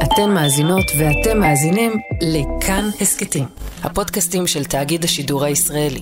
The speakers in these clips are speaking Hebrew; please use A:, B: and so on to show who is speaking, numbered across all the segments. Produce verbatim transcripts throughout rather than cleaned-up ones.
A: אתן מאזינות ואתם מאזינים לכאן הסקטים, הפודקאסטים של תאגיד השידור הישראלי.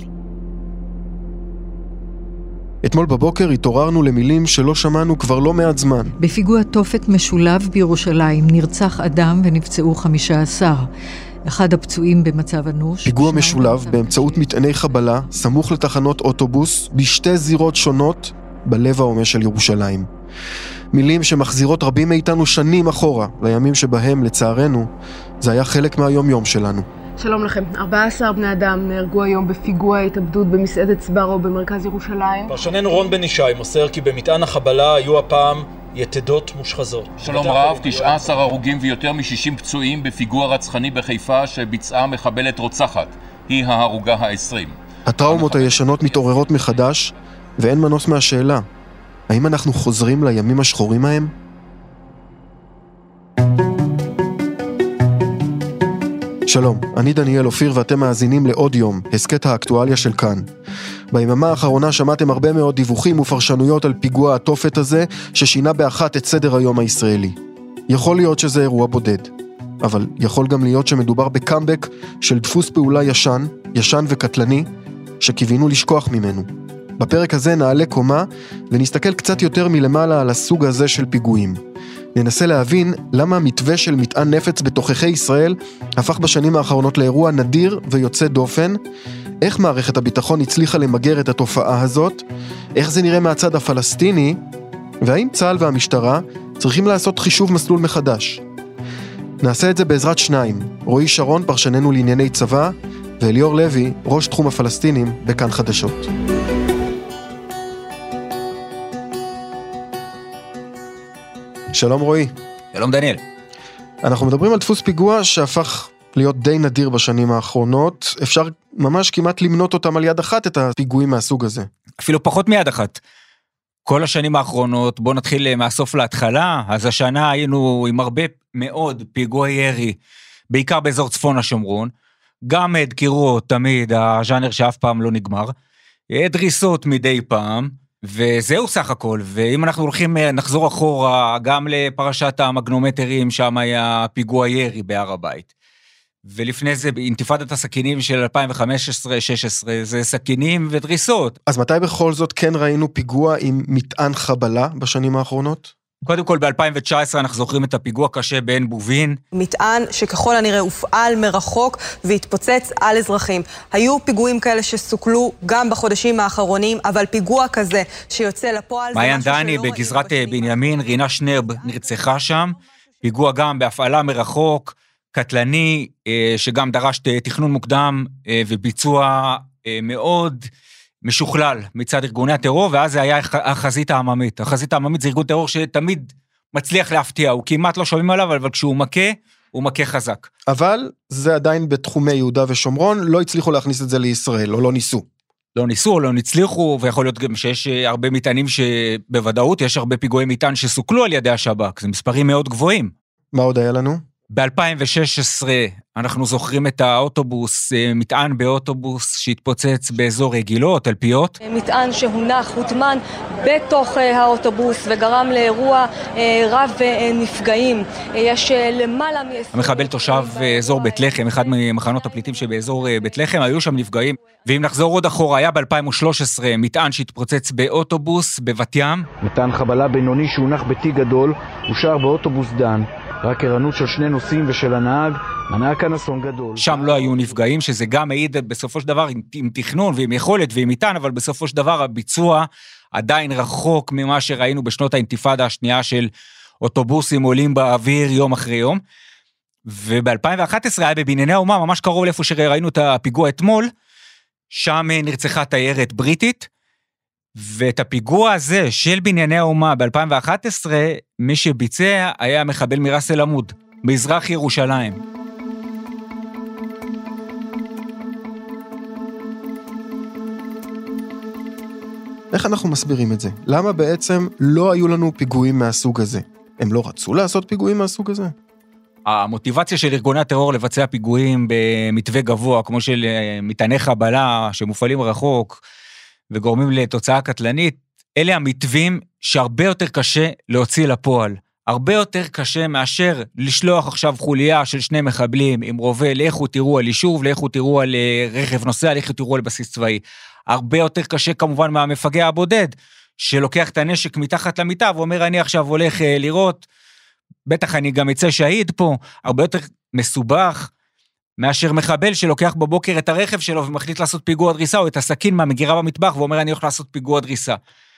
B: אתמול בבוקר התעוררנו למילים שלא שמענו כבר לא מעט זמן.
C: בפיגוע תופת משולב בירושלים נרצח אדם ונפצעו חמישה עשר. אחד הפצועים במצב אנוש.
B: פיגוע משולב באמצעות מטעני חבלה, סמוך לתחנות אוטובוס, בשתי זירות שונות בלב העומד של ירושלים. מילים שמחזירות רבים מאיתנו שנים אחורה, לימים שבהם, לצערנו, זה היה חלק מהיום-יום שלנו.
D: שלום לכם. ארבעה עשר בני אדם נהרגו היום בפיגוע התאבדות במסעדת סברו במרכז ירושלים.
E: פרשננו רון בן ישי מוסר כי במטען החבלה היו הפעם יתדות מושחזות.
F: שלום רב, תשעה עשר הרוגים ויותר מ-שישים פצועים בפיגוע רצחני בחיפה שביצעה מחבלת רוצחת. היא ההרוגה ה-עשרים.
B: הטראומות הישנות מתעוררות מחדש, ואין מנוס מהשאלה, האם אנחנו חוזרים לימים השחורים ההם? שלום, אני דניאל אופיר ואתם מאזינים לעוד יום, הסקט האקטואליה של כאן. ביממה האחרונה שמעתם הרבה מאוד דיווחים ופרשנויות על פיגוע התופת הזה, ששינה באחת את סדר היום הישראלי. יכול להיות שזה אירוע בודד, אבל יכול גם להיות שמדובר בקאמבק של דפוס פעולה ישן, ישן וקטלני, שקיווינו לשכוח ממנו. בפרק הזה נעלה קומה ונסתכל קצת יותר מלמעלה על הסוג הזה של פיגועים. ננסה להבין למה המתווה של מטען נפץ בתוככי ישראל הפך בשנים האחרונות לאירוע נדיר ויוצא דופן, איך מערכת הביטחון הצליחה למגר את התופעה הזאת, איך זה נראה מהצד הפלסטיני, והאם צה"ל והמשטרה צריכים לעשות חישוב מסלול מחדש. נעשה את זה בעזרת שניים, רועי שרון פרשננו לענייני צבא, ואליאור לוי ראש תחום הפלסטינים בכאן חדשות. שלום רועי.
G: שלום דניאל.
B: אנחנו מדברים על דפוס פיגוע שהפך להיות די נדיר בשנים האחרונות. אפשר ממש כמעט למנות אותם על יד אחת את הפיגועים מהסוג הזה.
G: אפילו פחות מיד אחת. כל השנים האחרונות, בוא נתחיל מהסוף להתחלה, אז השנה היינו עם הרבה מאוד פיגועי ירי, בעיקר באזור צפון השומרון, גם דקירות תמיד, הז'אנר שאף פעם לא נגמר, דריסות מדי פעם, וזהו סך הכל, ואם אנחנו הולכים, נחזור אחורה, גם לפרשת המגנומטרים, שם היה פיגוע ירי בהר הבית. ולפני זה, אינתיפאדת הסכינים של אלפיים וחמש עשרה שש עשרה, זה סכינים ודריסות.
B: אז מתי בכל זאת כן ראינו פיגוע עם מטען חבלה בשנים האחרונות?
G: קודם כל, ב-אלפיים תשע עשרה אנחנו זוכרים את הפיגוע קשה בעין בובין.
H: מטען שככל הנראה הופעל מרחוק והתפוצץ על אזרחים. היו פיגועים כאלה שסוכלו גם בחודשים האחרונים, אבל פיגוע כזה שיוצא לפועל...
G: מעיין דני בגזרת בנימין, רינה שנרב נרצחה שם. פיגוע גם בהפעלה מרחוק, קטלני, שגם דרש תכנון מוקדם וביצוע מאוד... משוכלל מצד ארגוני הטרור, ואז זה היה החזית העממית. החזית העממית זה ארגון טרור שתמיד מצליח להפתיע, הוא כמעט לא שומעים עליו, אבל כשהוא מכה, הוא מכה חזק.
B: אבל זה עדיין בתחומי יהודה ושומרון, לא הצליחו להכניס את זה לישראל, או לא ניסו.
G: לא ניסו, או לא נצליחו, ויכול להיות גם שיש הרבה מטענים שבוודאות, יש הרבה פיגועי מטען שסוכלו על ידי השב"כ, זה מספרים מאוד גבוהים.
B: מה עוד היה לנו?
G: ב-אלפיים ושש עשרה אנחנו זוכרים את האוטובוס, מטען באוטובוס שהתפוצץ באזור רגילות, תלפיות.
H: מטען שהונח, הוטמן בתוך האוטובוס וגרם לאירוע רב נפגעים. יש למעלה מ...
G: המחבל תושב אזור בית לחם, אחד ממחנות הפליטים שבאזור בית לחם, היו שם נפגעים. ואם נחזור עוד אחורה, היה ב-אלפיים ושלוש עשרה מטען שהתפוצץ באוטובוס בבת ים.
I: מטען חבלה בינוני שהונח בתיק גדול, אושר באוטובוס דן. רק ערנות של שני נוסעים ושל הנהג, מנע כאן אסון גדול.
G: שם לא היו נפגעים, שזה גם העיד בסופו של דבר עם, עם תכנון ועם יכולת ועם איתן, אבל בסופו של דבר הביצוע עדיין רחוק ממה שראינו בשנות האינתיפאדה השנייה של אוטובוסים עולים באוויר יום אחרי יום. וב-אלפיים ואחת עשרה היה בבנייני האומה, ממש קרוב לאיפה שראינו את הפיגוע אתמול, שם נרצחה תיירת בריטית, ואת הפיגוע הזה של בנייני האומה ב-אלפיים ואחת עשרה, מי שביצע היה מחבל מראס אל עמוד, מזרח ירושלים.
B: איך אנחנו מסבירים את זה? למה בעצם לא היו לנו פיגועים מהסוג הזה? הם לא רצו לעשות פיגועים מהסוג הזה?
G: המוטיבציה של ארגוני הטרור לבצע פיגועים במתווה גבוה, כמו של מטעני חבלה שמופעלים רחוק, וגורמים לתוצאה קטלנית, אלה המתווים שהרבה יותר קשה להוציא לפועל. הרבה יותר קשה מאשר לשלוח עכשיו חוליה של שני מחבלים עם רובה, לכו תראו על יישוב, לכו תראו על רכב נוסע, לכו תראו על בסיס צבאי. הרבה יותר קשה כמובן מהמפגע הבודד, שלוקח את הנשק מתחת למיטה, ואומר אני עכשיו הולך לראות, בטח אני גם אצא שהיד פה, הרבה יותר מסובך, מאשר מחבל שלוקח בבוקר את הרכב שלו, ומחליט לעשות פיגוע דריסה, או את הסכין מהמגירה במטבח, ואומר אני הולך לעשות פיגוע דריסה.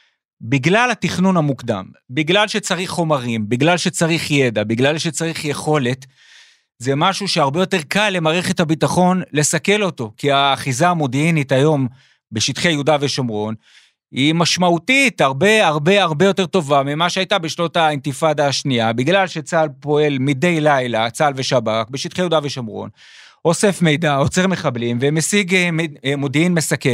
G: בגלל התכנון המוקדם, בגלל שצריך חומרים, בגלל שצריך ידע, בגלל שצריך יכולת, זה משהו שהרבה יותר קל למערכת הביטחון לסכל אותו, כי האחיזה המודיעינית היום בשטחי יהודה ושומרון, היא משמעותית, הרבה הרבה הרבה יותר טובה ממה שהייתה בשנות האינתיפאדה השנייה, בגלל שצה"ל פועל מדי לילה, צה"ל ושב"כ, בשטחי יהודה ושומרון, אוסף מידע, עוצר מחבלים, ומשיג מודיעין מסכל.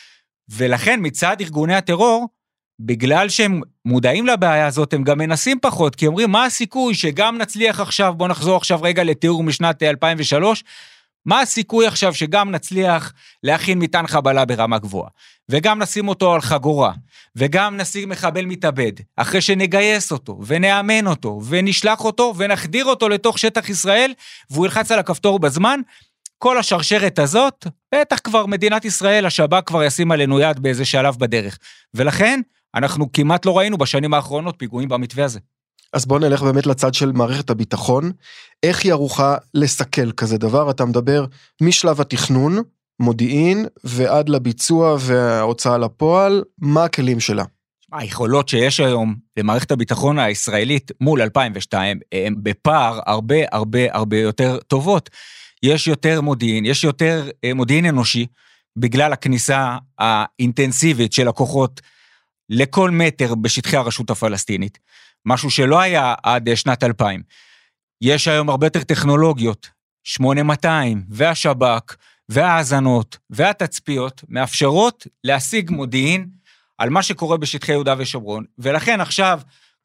G: ולכן מצד ארגוני הטרור, בגלל שהם מודעים לבעיה הזאת, הם גם מנסים פחות, כי אומרים, מה הסיכוי שגם נצליח עכשיו, בוא נחזור עכשיו רגע לתיאור משנת אלפיים ושלוש, מה הסיכוי עכשיו שגם נצליח להכין מטען חבלה ברמה גבוהה, וגם נשים אותו על חגורה, וגם נשיג מחבל מתאבד, אחרי שנגייס אותו, ונאמן אותו, ונשלח אותו, ונחדיר אותו לתוך שטח ישראל, והוא ילחץ על הכפתור בזמן, כל השרשרת הזאת, בטח כבר מדינת ישראל, השב"כ כבר ישים עלינו יד באיזה שלב בדרך, ולכן אנחנו כמעט לא ראינו בשנים האחרונות פיגועים במתווה הזה.
B: אז בוא נלך באמת לצד של מערכת הביטחון, איך היא ערוכה לסכל כזה דבר? אתה מדבר משלב התכנון, מודיעין, ועד לביצוע וההוצאה לפועל, מה הכלים שלה?
G: היכולות שיש היום במערכת הביטחון הישראלית מול אלפיים ושתיים, הם בפער הרבה הרבה הרבה יותר טובות. יש יותר מודיעין, יש יותר מודיעין אנושי, בגלל הכניסה האינטנסיבית של הכוחות לכל מטר בשטחי הרשות הפלסטינית. משהו שלא היה עד שנת אלפיים. יש היום הרבה יותר טכנולוגיות, שמונה מאתיים, והשב"כ, והאזנות, והתצפיות, מאפשרות להשיג מודיעין על מה שקורה בשטחי יהודה ושומרון, ולכן עכשיו,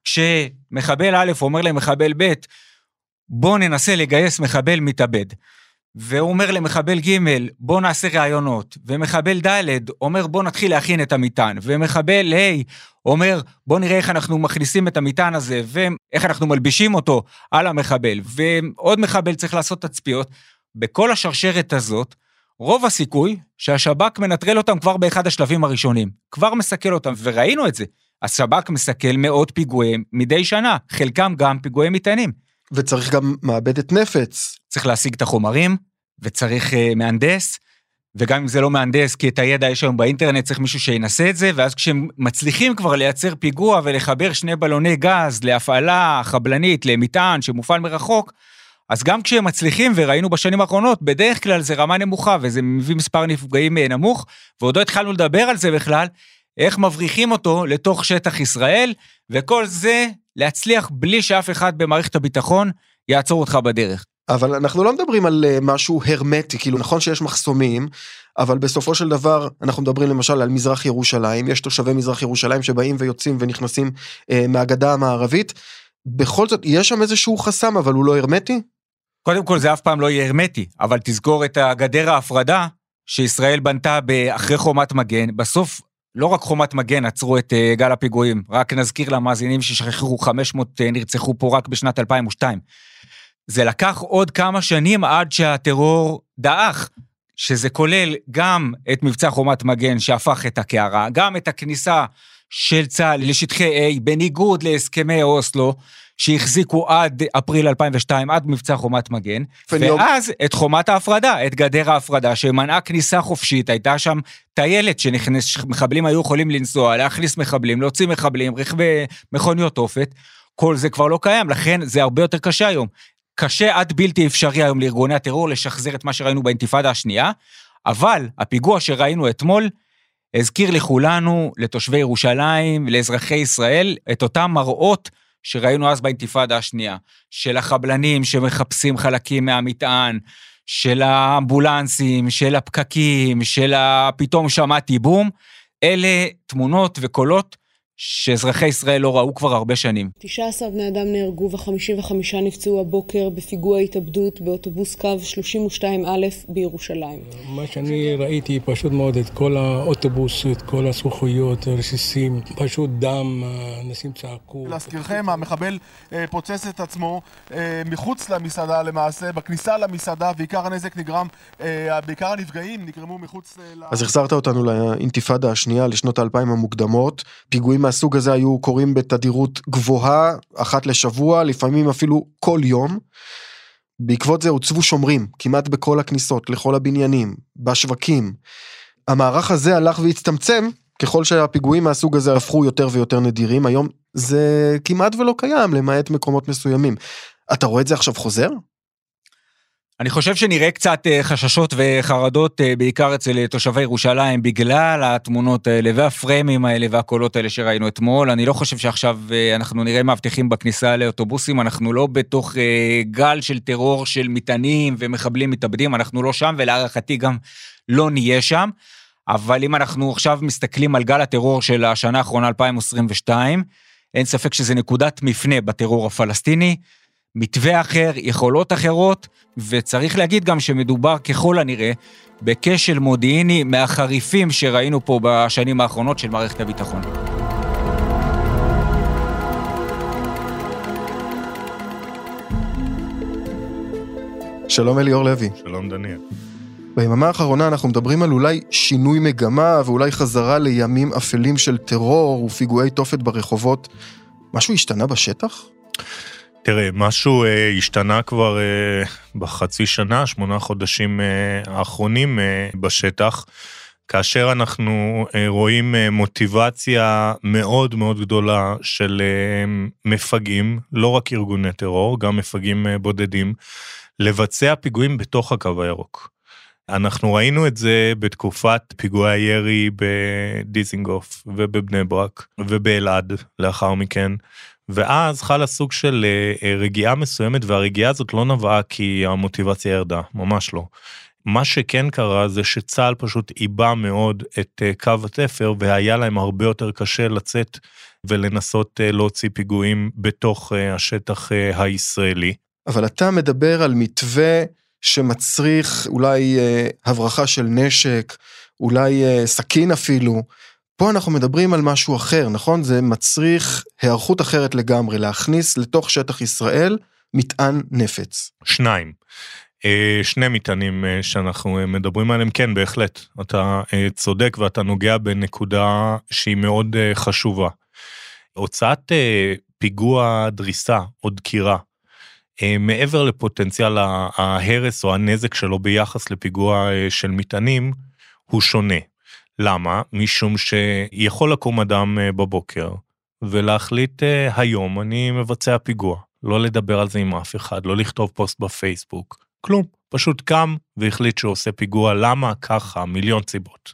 G: כשמחבל א' אומר למחבל ב', בוא ננסה לגייס מחבל מתאבד, והוא אומר למחבל ג' בוא נעשה רעיונות, ומחבל ד' אומר בוא נתחיל להכין את המטען, ומחבל ה' אומר בוא נראה איך אנחנו מכניסים את המטען הזה, ואיך אנחנו מלבישים אותו על המחבל, ועוד מחבל צריך לעשות תצפיות, בכל השרשרת הזאת, רוב הסיכוי שהשב"כ מנטרל אותם כבר באחד השלבים הראשונים, כבר מסכל אותם, וראינו את זה, השב"כ מסכל מאות פיגועים מדי שנה, חלקם גם פיגועי מטענים.
B: וצריך גם מעבדת נפץ.
G: צריך להשיג את החומרים, וצריך uh, מהנדס, וגם אם זה לא מהנדס, כי את הידע יש היום באינטרנט, צריך מישהו שינסה את זה, ואז כשהם מצליחים כבר לייצר פיגוע, ולחבר שני בלוני גז, להפעלה חבלנית, למטען שמופעל מרחוק, אז גם כשהם מצליחים, וראינו בשנים האחרונות, בדרך כלל זה רמה נמוכה, וזה מביא מספר נפגעים נמוך, ועוד לא התחלנו לדבר על זה בכלל, איך מבריחים אותו לתוך שטח ישראל, וכל זה להצליח בלי שאף אחד במערכת הביטחון יעצור אותך בדרך.
B: אבל אנחנו לא מדברים על משהו הרמטי, כאילו נכון שיש מחסומים, אבל בסופו של דבר אנחנו מדברים למשל על מזרח ירושלים, יש תושבי מזרח ירושלים שבאים ויוצאים ונכנסים אה, מהגדה המערבית, בכל זאת יש שם איזשהו חסם, אבל הוא לא הרמטי?
G: קודם כל זה אף פעם לא יהיה הרמטי, אבל תזכור את הגדר ההפרדה שישראל בנתה אחרי חומת מגן, בסוף לא רק חומת מגן עצרו את uh, גל הפיגועים, רק נזכיר למאזינים ששכחו חמש מאות uh, נרצחו פה רק בשנת אלפיים ושתיים. זה לקח עוד כמה שנים עד שהטרור דאח, שזה כולל גם את מבצע חומת מגן שהפך את הקערה, גם את הכניסה של צה"ל לשטחי A, בניגוד להסכמי אוסלו, שהחזיקו עד אפריל אלפיים ושתיים, עד מבצע חומת מגן, ואז את חומת ההפרדה, את גדר ההפרדה, שמנעה כניסה חופשית, הייתה שם טיילת שנכנס, מחבלים היו יכולים לנסוע, להכניס מחבלים, להוציא מחבלים, רכבי מכוניות אופת, כל זה כבר לא קיים, לכן זה הרבה יותר קשה היום. קשה עד בלתי אפשרי היום לארגוני הטרור לשחזר את מה שראינו באינתיפאדה השנייה, אבל הפיגוע שראינו אתמול, הזכיר לכולנו, לתושבי ירושלים, לאזרחי ישראל, את אותם מראות שראינו אז באינתיפאדה השנייה, של החבלנים שמחפשים חלקים מהמטען, של האמבולנסים, של הפקקים, של פתאום שמעתי בום, אלה תמונות וקולות שאזרחי ישראל לא ראו כבר הרבה שנים.
D: תשעה עשר בני אדם נהרגו ו-חמישים וחמישה נפצעו הבוקר בפיגוע התאבדות באוטובוס קו שלושים ושתיים א' בירושלים.
J: מה שאני ראיתי פשוט מאוד את כל האוטובוס, את כל הזכוכיות, רסיסים, פשוט דם, אנשים צעקו.
K: להזכירכם, המחבל פוצץ את עצמו מחוץ למסעדה למעשה, בכניסה למסעדה, ועיקר הנזק נגרם, בעיקר הנפגעים נגרמו מחוץ ל...
B: אז החזרת אותנו לאינתיפאדה השנייה, לשנות האלפיים המוקדמות. פיגועים מהסוג הזה היו קורים בתדירות גבוהה, אחת לשבוע, לפעמים אפילו כל יום. בעקבות זה הוצבו שומרים, כמעט בכל הכניסות, לכל הבניינים, בשווקים. המערך הזה הלך והצטמצם, ככל שהפיגועים מהסוג הזה הפכו יותר ויותר נדירים. היום זה כמעט ולא קיים, למעט מקומות מסוימים. אתה רואה את זה עכשיו חוזר?
G: אני חושב שנראה קצת חששות וחרדות, בעיקר אצל תושבי ירושלים, בגלל התמונות האלה והפריימים האלה והקולות האלה שראינו אתמול. אני לא חושב שעכשיו אנחנו נראה מאבטחים בכניסה לאוטובוסים, אנחנו לא בתוך גל של טרור של מטענים ומחבלים מתאבדים, אנחנו לא שם, ולהערכתי גם לא נהיה שם. אבל אם אנחנו עכשיו מסתכלים על גל הטרור של השנה האחרונה אלפיים עשרים ושתיים, אין ספק שזה נקודת מפנה בטרור הפלסטיני, מתווה אחר, יכולות אחרות, וצריך להגיד גם שמדובר ככל הנראה בכשל מודיעיני מהחריפים שראינו פה בשנים האחרונות של מערכת הביטחון.
B: שלום אליאור לוי.
L: שלום דניאל.
B: ביממה האחרונה אנחנו מדברים על אולי שינוי מגמה ואולי חזרה לימים אפלים של טרור ופיגועי תופת ברחובות. משהו השתנה בשטח?
L: תראה, משהו אה, השתנה כבר אה, בחצי שנה, שמונה חודשים אה, האחרונים אה, בשטח, כאשר אנחנו אה, רואים אה, מוטיבציה מאוד מאוד גדולה של אה, מפגעים, לא רק ארגוני טרור, גם מפגעים אה, בודדים, לבצע פיגועים בתוך הקו הירוק. אנחנו ראינו את זה בתקופת פיגועי הירי בדיזינגוף ובבני ברק ובאלעד לאחר מכן, ואז חל הסוג של רגיעה מסוימת, והרגיעה הזאת לא נבעה כי המוטיבציה ירדה, ממש לא. מה שכן קרה זה שצה"ל פשוט איבא מאוד את קו התפר, והיה להם הרבה יותר קשה לצאת ולנסות להוציא פיגועים בתוך השטח הישראלי.
B: אבל אתה מדבר על מתווה שמצריך אולי הברחה של נשק, אולי סכין אפילו. פה אנחנו מדברים על משהו אחר, נכון? זה מצריך היערכות אחרת לגמרי, להכניס לתוך שטח ישראל מטען נפץ.
L: שניים. שני מטענים שאנחנו מדברים עליהם, כן, בהחלט. אתה צודק ואתה נוגע בנקודה שהיא מאוד חשובה. הוצאת פיגוע דריסה או דקירה, מעבר לפוטנציאל ההרס או הנזק שלו ביחס לפיגוע של מטענים, הוא שונה. למה? משום שיכול לקום אדם בבוקר, ולהחליט היום אני מבצע פיגוע. לא לדבר על זה עם אף אחד, לא לכתוב פוסט בפייסבוק, כלום. פשוט קם והחליט שהוא עושה פיגוע. למה? ככה, מיליון סיבות.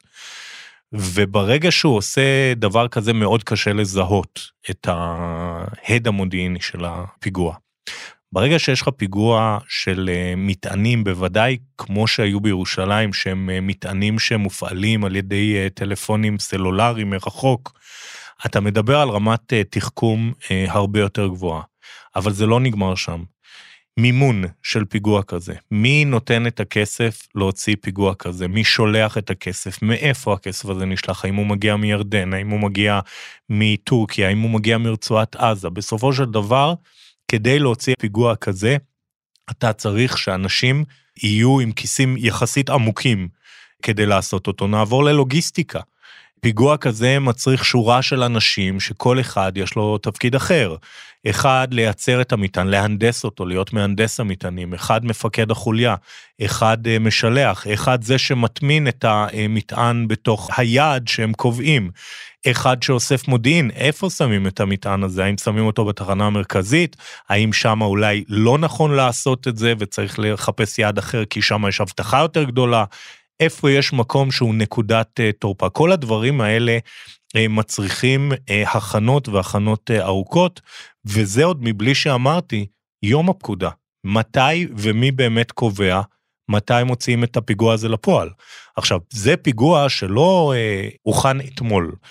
L: וברגע שהוא עושה דבר כזה, מאוד קשה לזהות את ההד המודיעיני של הפיגוע. ברגע שיש לך פיגוע של מטענים, בוודאי כמו שהיו בירושלים, שהם מטענים שמופעלים על ידי טלפונים סלולריים מרחוק, אתה מדבר על רמת תחכום הרבה יותר גבוהה. אבל זה לא נגמר שם. מימון של פיגוע כזה. מי נותן את הכסף להוציא פיגוע כזה? מי שולח את הכסף? מאיפה הכסף הזה נשלח? האם הוא מגיע מירדן? האם הוא מגיע מטורקיה? האם הוא מגיע מרצועת עזה? בסופו של דבר, כדי להוציא פיגוע כזה, אתה צריך שאנשים יהיו עם כיסים יחסית עמוקים כדי לעשות אותו. נעבור ללוגיסטיקה. פיגוע כזה מצריך שורה של אנשים שכל אחד יש לו תפקיד אחר. אחד לייצר את המטען, להנדס אותו, להיות מהנדס המטענים. אחד מפקד החוליה, אחד משלח, אחד זה שמטמין את המטען בתוך היעד שהם קובעים. אחד שאוסף מודיעין, איפה שמים את המטען הזה? האם שמים אותו בתחנה המרכזית? האם שם אולי לא נכון לעשות את זה וצריך לחפש יעד אחר כי שם יש הבטחה יותר גדולה? איפה יש מקום שהוא נקודת תורפה? כל הדברים האלה מצריכים הכנות והכנות ארוכות, וזה עוד מבלי שאמרתי, יום הפקודה. מתי ומי באמת קובע, מתי מוציאים את הפיגוע הזה לפועל? עכשיו, זה פיגוע שלא הוכן אתמול.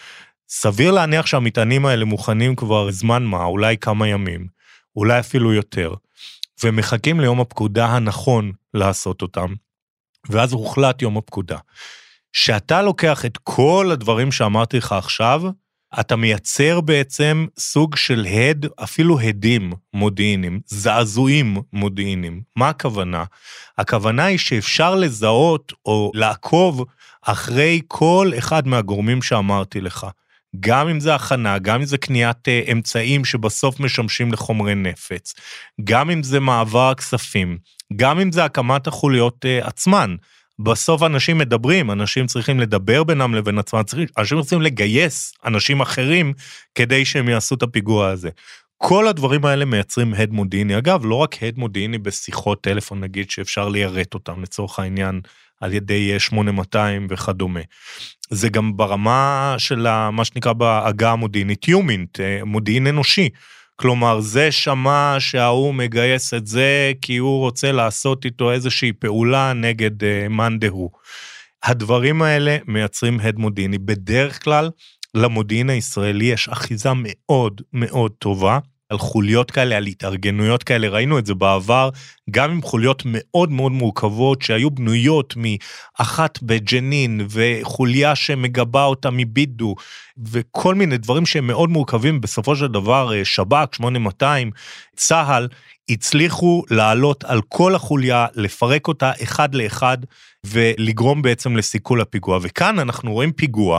L: סביר להניח שהמטענים האלה מוכנים כבר זמן מה, אולי כמה ימים, אולי אפילו יותר, ומחכים ליום הפקודה הנכון לעשות אותם, ואז הוחלט יום הפקודה. שאתה לוקח את כל הדברים שאמרתי לך עכשיו, אתה מייצר בעצם סוג של הד, אפילו הדים מודיעיניים, זעזועים מודיעיניים. מה הכוונה? הכוונה היא שאפשר לזהות או לעקוב אחרי כל אחד מהגורמים שאמרתי לך. גם אם זה הכנה, גם אם זה קניית אמצעים שבסוף משמשים לחומרי נפץ, גם אם זה מעבר כספים, גם אם זה הקמת החוליות עצמן. בסוף אנשים מדברים, אנשים צריכים לדבר בינם לבין עצמם, אנשים צריכים לגייס אנשים אחרים כדי שהם יעשו את הפיגוע הזה. כל הדברים האלה מייצרים הד מודיעיני. אגב, לא רק הד מודיעיני בשיחות טלפון, נגיד שאפשר ליירט אותם לצורך העניין על ידי שמונה מאתיים וכדומה. זה גם ברמה של מה שנקרא בעגה המודיעינית, יומינט, מודיעין אנושי. כלומר, זה שמע שההוא מגייס את זה, כי הוא רוצה לעשות איתו איזושהי פעולה נגד uh, מאן דהוא. הדברים האלה מייצרים הד מודיעיני. בדרך כלל, למודיעין הישראלי יש אחיזה מאוד מאוד טובה, על חוליות כאלה, על התארגנויות כאלה, ראינו את זה בעבר, גם עם חוליות מאוד מאוד מורכבות, שהיו בנויות מאחת בג'נין, וחוליה שמגבה אותה מבידו, וכל מיני דברים שהם מאוד מורכבים, בסופו של דבר, שב"כ, שמונה מאתיים, צה"ל, הצליחו לעלות על כל החוליה, לפרק אותה אחד לאחד, ולגרום בעצם לסיכול הפיגוע. וכאן אנחנו רואים פיגוע,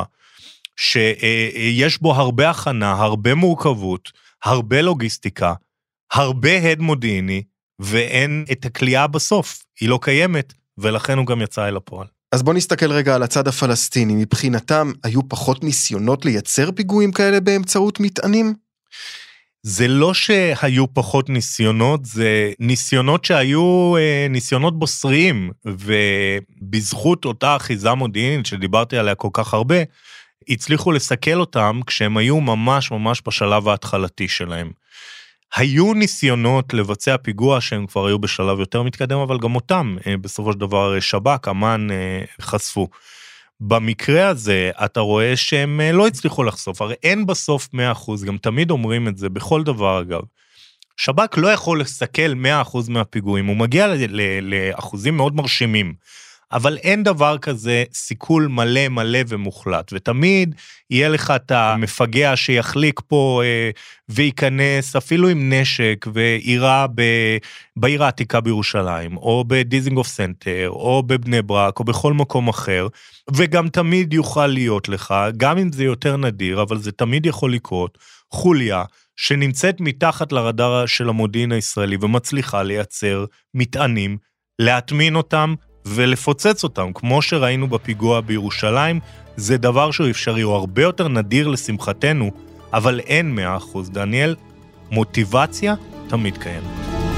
L: שיש בו הרבה הכנה, הרבה מורכבות, הרבה לוגיסטיקה, הרבה הד מודיעיני, ואין את הכלייה בסוף, היא לא קיימת, ולכן הוא גם יצא אל הפועל.
B: אז בוא נסתכל רגע על הצד הפלסטיני, מבחינתם היו פחות ניסיונות לייצר פיגועים כאלה באמצעות מטענים?
L: זה לא שהיו פחות ניסיונות, זה ניסיונות שהיו ניסיונות בוסריים, ובזכות אותה אחיזה מודיעינית שדיברתי עליה כל כך הרבה, הצליחו לסכל אותם כשהם היו ממש ממש בשלב ההתחלתי שלהם. היו ניסיונות לבצע פיגוע שהם כבר היו בשלב יותר מתקדם, אבל גם אותם בסופו של דבר שב"כ, אמ"ן חשפו. במקרה הזה אתה רואה שהם לא הצליחו לחשוף, הרי אין בסוף מאה אחוז, גם תמיד אומרים את זה בכל דבר אגב. שב"כ לא יכול לסכל מאה אחוז מהפיגועים, הוא מגיע לאחוזים מאוד מרשימים, אבל אין דבר כזה סיכול מלא מלא ומוחלט, ותמיד יהיה לך את המפגע שיחליק פה אה, וייכנס אפילו עם נשק ואירה בעיר העתיקה בירושלים, או בדיזינגוף סנטר, או בבני ברק, או בכל מקום אחר, וגם תמיד יוכל להיות לך, גם אם זה יותר נדיר, אבל זה תמיד יכול לקרות, חוליה שנמצאת מתחת לרדאר של המודיעין הישראלי, ומצליחה לייצר מטענים, להטמין אותם, ולפוצץ אותם, כמו שראינו בפיגוע בירושלים, זה דבר שהוא אפשרי, הוא הרבה יותר נדיר לשמחתנו, אבל אין מאה אחוז, דניאל, מוטיבציה תמיד קיימת.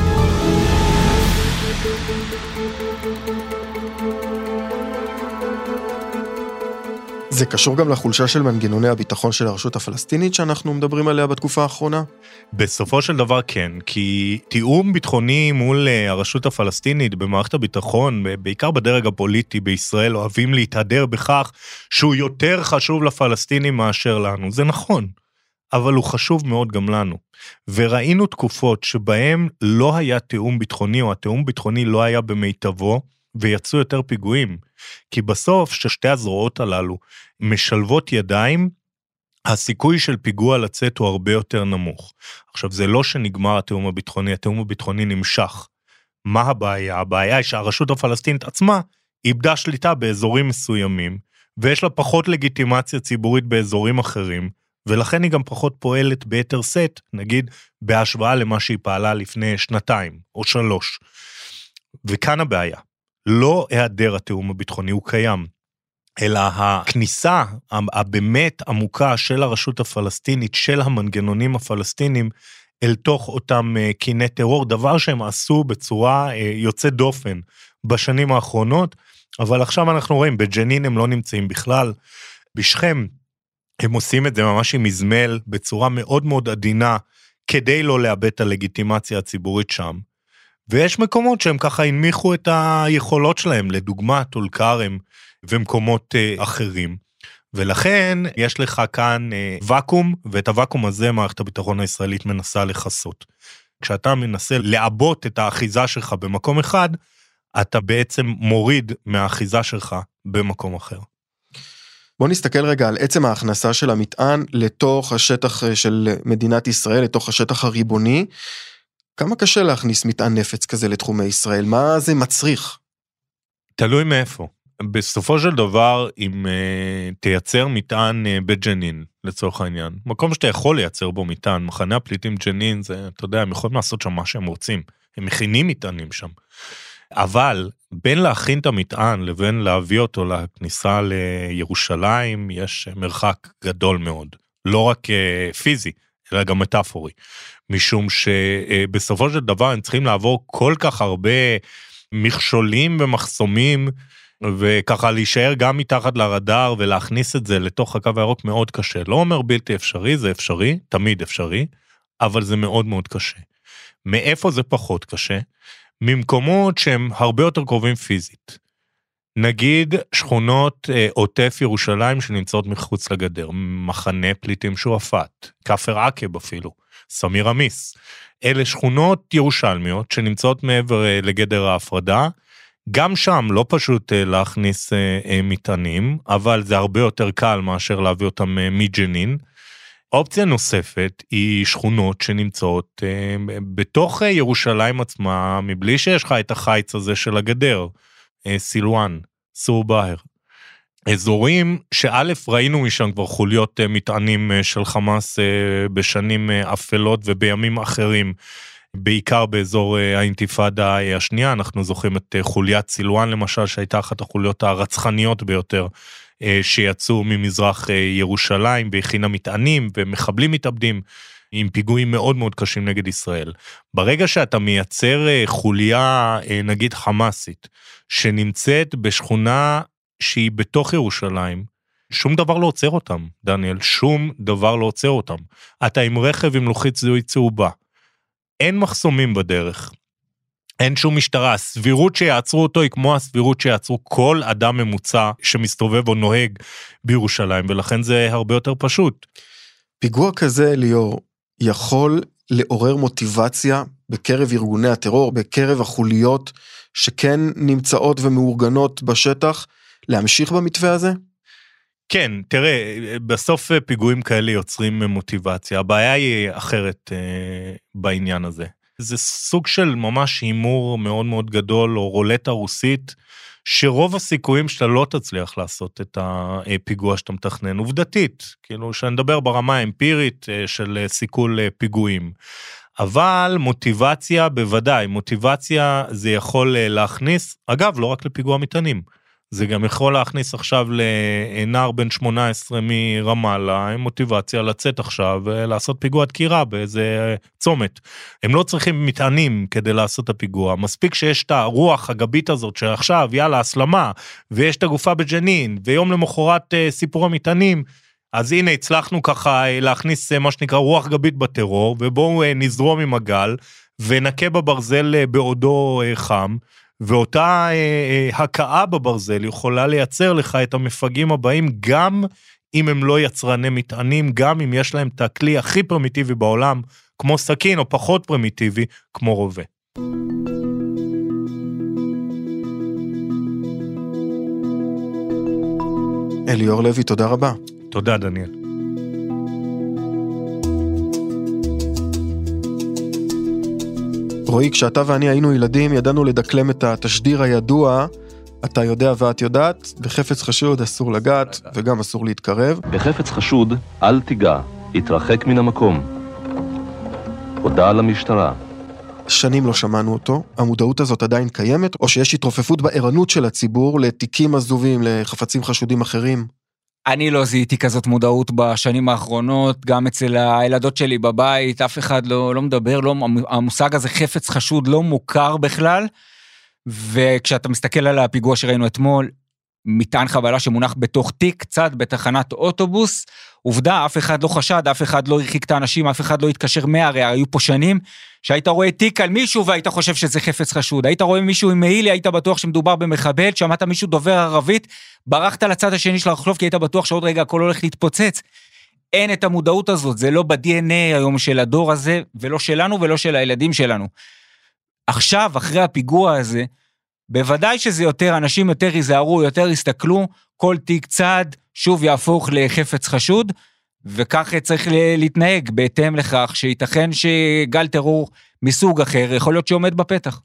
B: זה קשור גם לחולשה של מנגנוני הביטחון של הרשות הפלסטינית שאנחנו מדברים עליה בתקופה האחרונה?
L: בסופו של דבר כן, כי תיאום ביטחוני מול הרשות הפלסטינית במערכת הביטחון, בעיקר בדרג הפוליטי בישראל, אוהבים להתהדר בכך שהוא יותר חשוב לפלסטינים מאשר לנו. זה נכון, אבל הוא חשוב מאוד גם לנו. וראינו תקופות שבהם לא היה תיאום ביטחוני, או התיאום ביטחוני לא היה במיטבו, ויצאו יותר פיגועים. כי בסוף ששתי הזרועות הללו משלבות ידיים, הסיכוי של פיגוע לצאת הוא הרבה יותר נמוך. עכשיו, זה לא שנגמר התיאום הביטחוני, התיאום הביטחוני נמשך. מה הבעיה? הבעיה היא שהרשות הפלסטינית עצמה איבדה שליטה באזורים מסוימים, ויש לה פחות לגיטימציה ציבורית באזורים אחרים, ולכן היא גם פחות פועלת ביתר סט, נגיד, בהשוואה למה שהיא פעלה לפני שנתיים או שלוש. וכאן הבעיה. לא היעדר התיאום הביטחוני, הוא קיים, אלא הכניסה הבאמת עמוקה של הרשות הפלסטינית, של המנגנונים הפלסטינים, אל תוך אותם קיני טרור, דבר שהם עשו בצורה יוצאת דופן בשנים האחרונות, אבל עכשיו אנחנו רואים, בג'נין הם לא נמצאים בכלל, בשכם הם עושים את זה ממש עם מזמל, בצורה מאוד מאוד עדינה, כדי לא לאבד את הלגיטימציה הציבורית שם. ויש מקומות שהם ככה הנמיכו את היכולות שלהם, לדוגמה, טול כרם ומקומות אחרים. ולכן יש לך כאן אה, וקום, ואת הוואקום הזה מערכת הביטחון הישראלית מנסה לחסות. כשאתה מנסה לעבות את האחיזה שלך במקום אחד, אתה בעצם מוריד מהאחיזה שלך במקום אחר.
B: בוא נסתכל רגע על עצם ההכנסה של המטען לתוך השטח של מדינת ישראל, לתוך השטח הריבוני. כמה קשה להכניס מטען נפץ כזה לתחומי ישראל? מה זה מצריך?
L: תלוי מאיפה. בסופו של דבר, אם uh, תייצר מטען uh, בג'נין, לצורך העניין, מקום שאתה יכול לייצר בו מטען, מחנה הפליטים ג'נין, זה, אתה יודע, הם יכולים לעשות שם מה שהם רוצים. הם מכינים מטענים שם. אבל בין להכין את המטען לבין להביא אותו לכניסה לירושלים, יש מרחק גדול מאוד. לא רק uh, פיזי, אלא גם מטאפורי. משום שבסופו של דבר הם צריכים לעבור כל כך הרבה מכשולים ומחסומים, וככה להישאר גם מתחת לרדאר ולהכניס את זה לתוך הקו הירוק מאוד קשה. לא אומר בלתי אפשרי, זה אפשרי, תמיד אפשרי, אבל זה מאוד מאוד קשה. מאיפה זה פחות קשה? ממקומות שהם הרבה יותר קרובים פיזית. נגיד שכונות אה, עוטף ירושלים שנמצאות מחוץ לגדר, מחנה פליטים שועפאט, כפר עקב אפילו, סמיר עמיס. אלה שכונות ירושלמיות שנמצאות מעבר אה, לגדר ההפרדה, גם שם לא פשוט אה, להכניס אה, אה, מטענים, אבל זה הרבה יותר קל מאשר להביא אותם אה, מג'נין. אופציה נוספת היא שכונות שנמצאות אה, בתוך אה, ירושלים עצמה, מבלי שיש לך את החיץ הזה של הגדר, אה, סילואן, סור בהר. אזורים שא' ראינו משם כבר חוליות אה, מטענים אה, של חמאס אה, בשנים אה, אפלות ובימים אחרים, בעיקר באזור האינתיפאדה השנייה, אנחנו זוכרים את חוליית סילואן למשל, שהייתה אחת החוליות הרצחניות ביותר, שיצאו ממזרח ירושלים, והכינה מטענים ומחבלים מתאבדים, עם פיגועים מאוד מאוד קשים נגד ישראל. ברגע שאתה מייצר חוליה, נגיד חמאסית, שנמצאת בשכונה שהיא בתוך ירושלים, שום דבר לא עוצר אותם, דניאל, שום דבר לא עוצר אותם. אתה עם רכב עם לוחית זיהוי צהובה, אין מחסומים בדרך, אין שום משטרה, הסבירות שיעצרו אותו היא כמו הסבירות שיעצרו כל אדם ממוצע שמסתובב או נוהג בירושלים, ולכן זה הרבה יותר פשוט.
B: פיגוע כזה, ליאור, יכול לעורר מוטיבציה בקרב ארגוני הטרור, בקרב החוליות שכן נמצאות ומאורגנות בשטח, להמשיך במתווה הזה?
L: כן, תראה, בסוף פיגועים כאלה יוצרים מוטיבציה, הבעיה היא אחרת אה, בעניין הזה. זה סוג של ממש הימור מאוד מאוד גדול, או רולטה רוסית, שרוב הסיכויים שאתה לא תצליח לעשות את הפיגוע שאתה מתכנן, עובדתית, כאילו שאני מדבר ברמה האמפירית של סיכול פיגועים. אבל מוטיבציה בוודאי, מוטיבציה זה יכול להכניס, אגב, לא רק לפיגוע מטענים, זה גם יכול להכניס עכשיו לנער בן שמונה עשרה מרמאללה, עם מוטיבציה לצאת עכשיו ולעשות פיגוע דקירה באיזה צומת. הם לא צריכים מטענים כדי לעשות את הפיגוע, מספיק שיש את הרוח הגבית הזאת שעכשיו יאללה הסלמה, ויש את הגופה בג'נין, ויום למחרת סיפור המטענים, אז הנה הצלחנו ככה להכניס מה שנקרא רוח גבית בטרור, ובואו נזרום עם הגל, ונקה בברזל בעודו חם, ואותה אה, הקאה בברזל יכולה לייצר לך את המפגעים הבאים, גם אם הם לא יצרני מטענים, גם אם יש להם את הכלי הכי פרימיטיבי בעולם, כמו סכין, או פחות פרימיטיבי, כמו רובה.
B: אליאור לוי, תודה רבה.
L: תודה, דניאל.
B: רועי, כשאתה ואני היינו ילדים, ידענו לדקלם את התשדיר הידוע, אתה יודע ואת יודעת, בחפץ חשוד אסור לגעת, וגם אסור להתקרב.
M: בחפץ חשוד, אל תיגע, התרחק מן המקום. הודעה למשטרה.
B: שנים לא שמענו אותו, המודעות הזאת עדיין קיימת, או שיש התרופפות בערנות של הציבור, לתיקים עזובים, לחפצים חשודים אחרים?
G: אני לא זיהיתי כזאת מודעות בשנים האחרונות, גם אצל הילדות שלי בבית, אף אחד לא, לא מדבר, לא, המושג הזה חפץ חשוד לא מוכר בכלל, וכשאתה מסתכל על הפיגוע שראינו אתמול, מטען חבלה שמונח בתוך תיק צד בתחנת אוטובוס, עובדה, אף אחד לא חשד, אף אחד לא הרחיק את האנשים, אף אחד לא התקשר מהרי, היו פה שנים שהיית רואה תיק על מישהו והיית חושב שזה חפץ חשוד, היית רואה מישהו עם מעילי, היית בטוח שמדובר במחבל, שמעת מישהו דובר ערבית, ברחת לצד השני של הרחוב, כי היית בטוח שעוד רגע הכל הולך להתפוצץ. אין את המודעות הזאת, זה לא ב-די אן איי היום של הדור הזה, ולא שלנו ולא של הילדים שלנו. עכשיו, אחרי הפיגוע הזה, בוודאי שזה יותר, אנשים יותר ייזהרו, יותר יסתכלו, כל תיק צד שוב יהפוך לחפץ חשוד, וכך צריך להתנהג בהתאם לכך, שייתכן שגל טרור מסוג אחר, יכול להיות שעומד בפתח.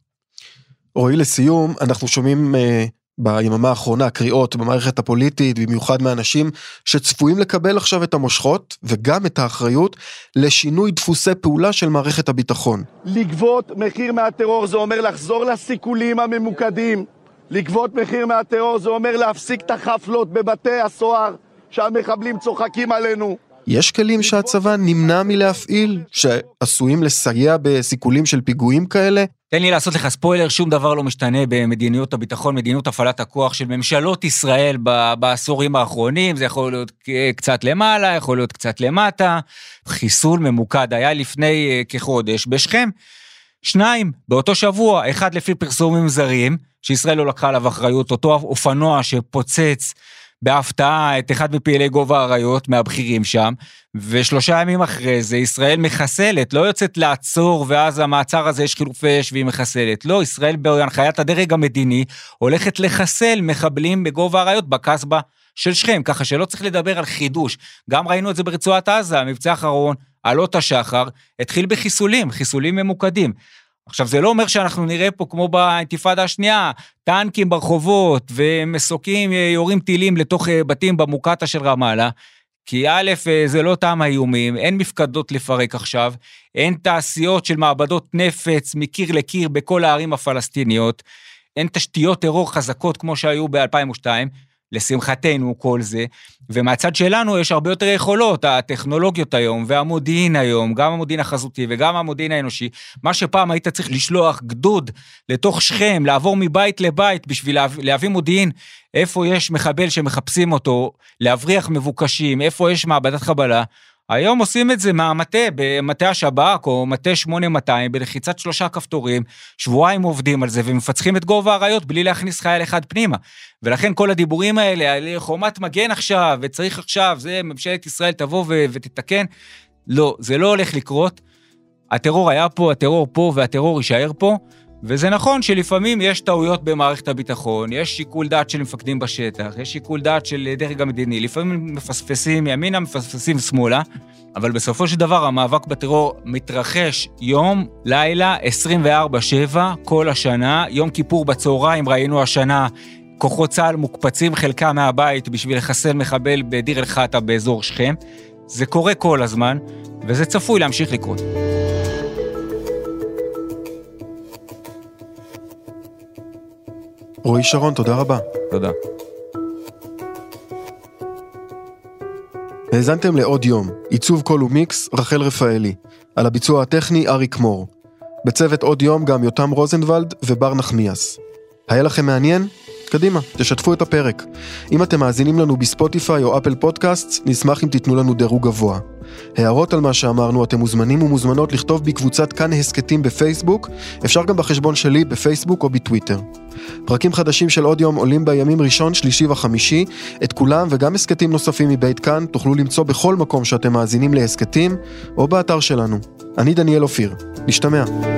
B: רואי, לסיום, אנחנו שומעים uh, ביממה האחרונה קריאות במערכת הפוליטית, במיוחד מאנשים שצפויים לקבל עכשיו את המושכות, וגם את האחריות לשינוי דפוסי פעולה של מערכת הביטחון.
N: לגבות מחיר מהטרור זה אומר לחזור לסיכולים הממוקדים, לגבות מחיר מהטרור זה אומר להפסיק את החפלות בבתי הסוהר, שהמחבלים צוחקים עלינו.
B: יש כלים שהצבא נמנע מלהפעיל, שעשויים לסייע בסיכולים של פיגועים כאלה?
G: תן לי לעשות לך ספוילר, שום דבר לא משתנה במדיניות הביטחון, מדיניות הפעלת הכוח של ממשלות ישראל בעשורים האחרונים, זה יכול להיות קצת למעלה, יכול להיות קצת למטה, חיסול ממוקד היה לפני כחודש בשכם, שניים, באותו שבוע, אחד לפי פרסומים זרים, שישראל לא לקחה עליו אחריות, אותו אופנוע שפוצץ בהפתעה את אחד מפעילי גובה האריות מהבחירים שם, ושלושה ימים אחרי זה ישראל מחסלת, לא יוצאת לעצור ואז המעצר הזה יש חילופי אש והיא מחסלת, לא, ישראל בהנחיית הדרג המדיני הולכת לחסל מחבלים בגובה האריות בקסבה של שכם, ככה שלא צריך לדבר על חידוש, גם ראינו את זה ברצועת עזה, המבצע האחרון, עלות השחר, התחיל בחיסולים, חיסולים ממוקדים, עכשיו זה לא אומר שאנחנו נראה פה כמו באינתיפאדה השנייה, טנקים ברחובות ומסוקים יורים טילים לתוך בתים במוקטה של רמאללה, כי א' זה לא טעם האיומים, אין מפקדות לפרק עכשיו, אין תעשיות של מעבדות נפץ מקיר לקיר בכל הערים הפלסטיניות, אין תשתיות טרור חזקות כמו שהיו ב-אלפיים ושתיים, לשמחתנו כל זה, ומהצד שלנו יש הרבה יותר יכולות, הטכנולוגיות היום והמודיעין היום, גם המודיעין החזותי וגם המודיעין האנושי, מה שפעם היית צריך לשלוח גדוד לתוך שכם, לעבור מבית לבית בשביל להביא מודיעין, איפה יש מחבל שמחפשים אותו, להבריח מבוקשים, איפה יש מעבדת חבלה, היום עושים את זה מהמטה, במטה השב"כ או מטה שמונה מאתיים, בלחיצת שלושה כפתורים, שבועיים עובדים על זה, ומפצחים את גובה האריות בלי להכניס חייל אחד פנימה. ולכן כל הדיבורים האלה, על חומת מגן עכשיו, וצריך עכשיו, זה ממשלת ישראל תבוא ו- ותתקן, לא, זה לא הולך לקרות. הטרור היה פה, הטרור פה, והטרור יישאר פה, וזה נכון שלפעמים יש טעויות במערכת הביטחון, יש שיקול דעת של מפקדים בשטח, יש שיקול דעת של דרג המדיני, לפעמים מפספסים ימינה, מפספסים שמאלה, אבל בסופו של דבר המאבק בטרור מתרחש יום, לילה, עשרים וארבע שבע, כל השנה, יום כיפור בצהריים, ראינו השנה, כוחות צה"ל מוקפצים חלקם מהבית בשביל לחסל מחבל בדיר אל חטא באזור שכם, זה קורה כל הזמן, וזה צפוי להמשיך לקרות.
B: רועי שרון, תודה רבה.
G: תודה.
B: האזנתם לעוד יום, עיצוב קול ומיקס, רחל רפאלי. על הביצוע הטכני, אריק מור. בצוות עוד יום גם יותם רוזנבלד ובר נחמיאס. היה לכם מעניין? קדימה, תשתפו את הפרק. אם אתם מאזינים לנו בספוטיפיי או אפל פודקאסט, נשמח אם תיתנו לנו דירוג גבוה. הערות על מה שאמרנו, אתם מוזמנים ומוזמנות לכתוב בקבוצת כאן הסקטים בפייסבוק, אפשר גם בחשבון שלי בפייסבוק או בטוויטר. פרקים חדשים של עוד יום עולים בימים ראשון, שלישי וחמישי, את כולם וגם הסקטים נוספים מבית כאן תוכלו למצוא בכל מקום שאתם מאזינים להסקטים, או באתר שלנו. אני דניאל אופיר, נשתמע.